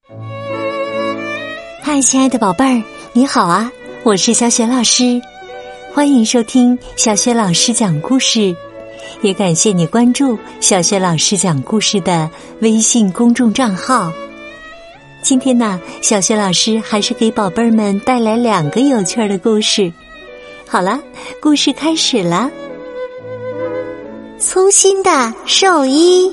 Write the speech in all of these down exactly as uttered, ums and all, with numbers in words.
嗨，亲爱的宝贝儿，你好啊，我是小雪老师，欢迎收听小雪老师讲故事，也感谢你关注小雪老师讲故事的微信公众账号。今天呢，小雪老师还是给宝贝儿们带来两个有趣的故事。好了，故事开始了。粗心的兽医。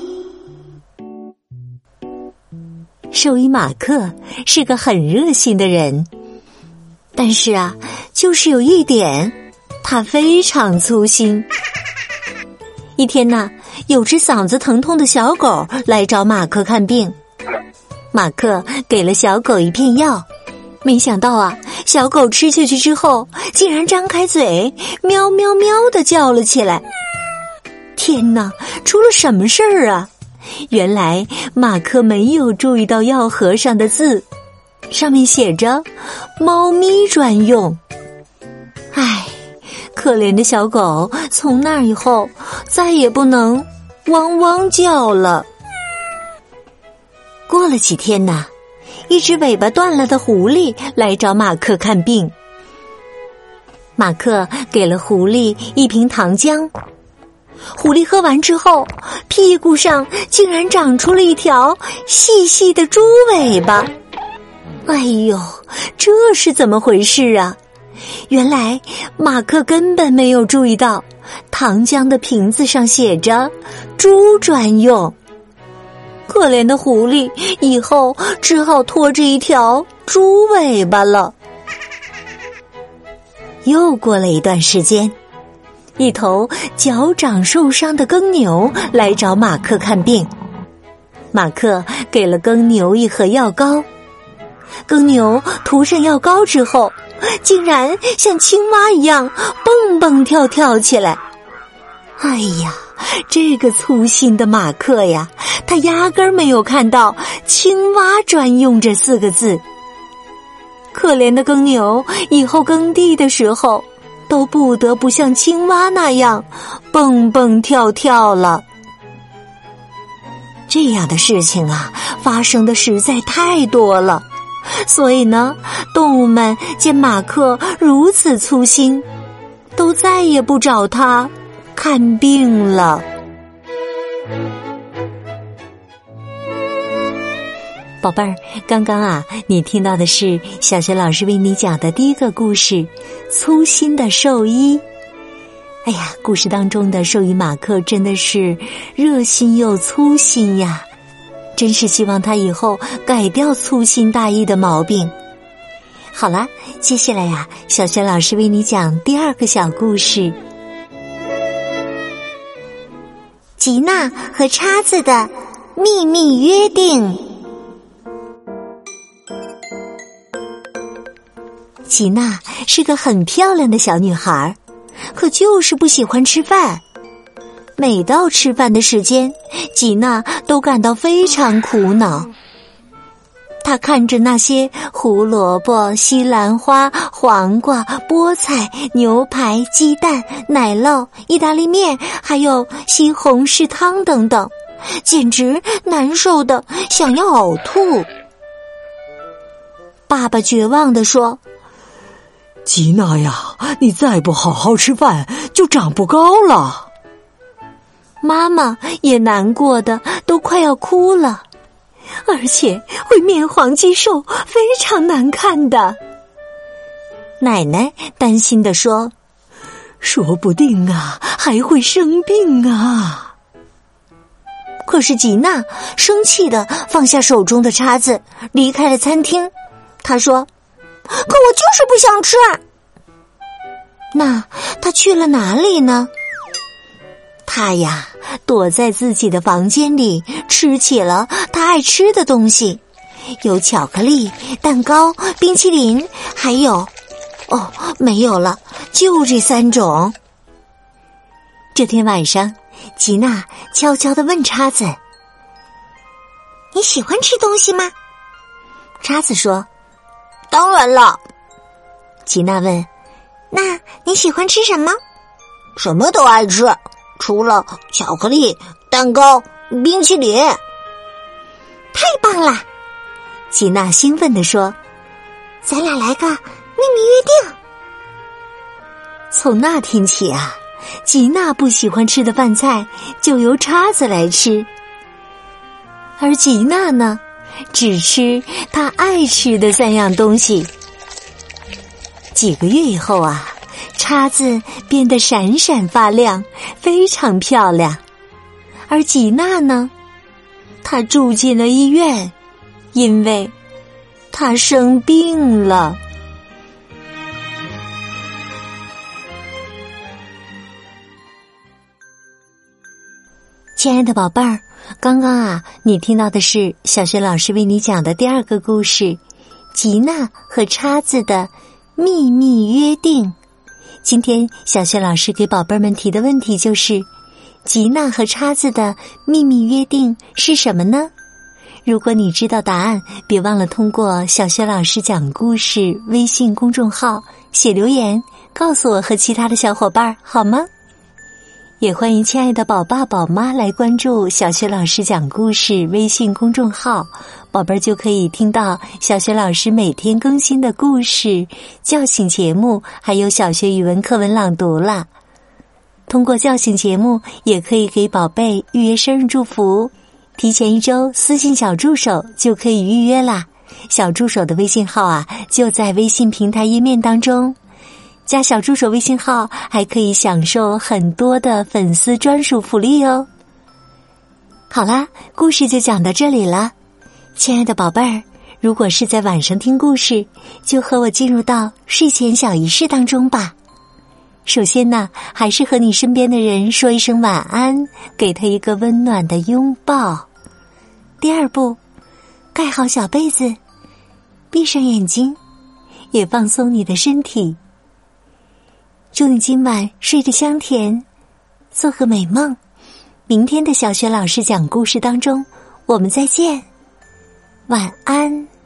兽医马克是个很热心的人，但是啊，就是有一点，他非常粗心。一天呢，有只嗓子疼痛的小狗来找马克看病，马克给了小狗一片药，没想到啊，小狗吃下去之后，竟然张开嘴，喵喵喵地叫了起来。天哪，出了什么事儿啊？原来马克没有注意到药盒上的字，上面写着猫咪专用。唉，可怜的小狗从那以后再也不能汪汪叫了。过了几天呢，一只尾巴断了的狐狸来找马克看病，马克给了狐狸一瓶糖浆，狐狸喝完之后，屁股上竟然长出了一条细细的猪尾巴。哎呦，这是怎么回事啊？原来马克根本没有注意到糖浆的瓶子上写着猪专用。可怜的狐狸以后只好拖着一条猪尾巴了。又过了一段时间，一头脚掌受伤的耕牛来找马克看病，马克给了耕牛一盒药膏。耕牛涂上药膏之后，竟然像青蛙一样蹦蹦跳跳起来。哎呀，这个粗心的马克呀，他压根儿没有看到青蛙专用这四个字。可怜的耕牛以后耕地的时候都不得不像青蛙那样蹦蹦跳跳了。这样的事情啊，发生的实在太多了，所以呢，动物们见马克如此粗心，都再也不找他看病了。宝贝儿，刚刚啊，你听到的是小学老师为你讲的第一个故事，粗心的兽医。哎呀，故事当中的兽医马克真的是热心又粗心呀，真是希望他以后改掉粗心大意的毛病。好了，接下来呀，小学老师为你讲第二个小故事，吉娜和叉子的秘密约定。吉娜是个很漂亮的小女孩，可就是不喜欢吃饭。每到吃饭的时间，吉娜都感到非常苦恼。她看着那些胡萝卜、西兰花、黄瓜、菠菜、牛排、鸡蛋、奶酪、意大利面，还有西红柿汤等等，简直难受的想要呕吐。爸爸绝望地说， 吉娜呀，你再不好好吃饭，就长不高了。 妈妈也难过的都快要哭了，而且会面黄肌瘦，非常难看的。奶奶担心地说， 说不定啊，还会生病啊。 可是吉娜生气地放下手中的叉子，离开了餐厅。她说，可我就是不想吃。那他去了哪里呢？他呀，躲在自己的房间里吃起了他爱吃的东西，有巧克力、蛋糕、冰淇淋，还有……哦，没有了，就这三种。这天晚上，吉娜悄悄地问叉子，你喜欢吃东西吗？叉子说，当然了。吉娜问，那你喜欢吃什么？什么都爱吃，除了巧克力、蛋糕、冰淇淋。太棒了！ 吉娜兴奋地说：“咱俩来个秘密约定。”从那天起啊，吉娜不喜欢吃的饭菜就由叉子来吃，而吉娜呢，只吃她爱吃的三样东西。几个月以后啊，叉子变得闪闪发亮，非常漂亮。而吉娜呢，她住进了医院，因为她生病了。亲爱的宝贝儿，刚刚啊，你听到的是小学老师为你讲的第二个故事，吉娜和叉子的秘密约定。今天小学老师给宝贝们提的问题就是，吉娜和叉子的秘密约定是什么呢？如果你知道答案，别忘了通过小学老师讲故事微信公众号写留言告诉我和其他的小伙伴，好吗？也欢迎亲爱的宝爸宝妈来关注小学老师讲故事微信公众号，宝贝儿就可以听到小学老师每天更新的故事、叫醒节目，还有小学语文课文朗读了。通过叫醒节目也可以给宝贝预约生日祝福，提前一周私信小助手就可以预约啦。小助手的微信号啊，就在微信平台页面当中。加小助手微信号还可以享受很多的粉丝专属福利哦。好啦，故事就讲到这里了。亲爱的宝贝儿，如果是在晚上听故事，就和我进入到睡前小仪式当中吧。首先呢，还是和你身边的人说一声晚安，给他一个温暖的拥抱。第二步，盖好小被子，闭上眼睛，也放松你的身体。祝你今晚睡得香甜，做个美梦。明天的小学老师讲故事当中，我们再见，晚安。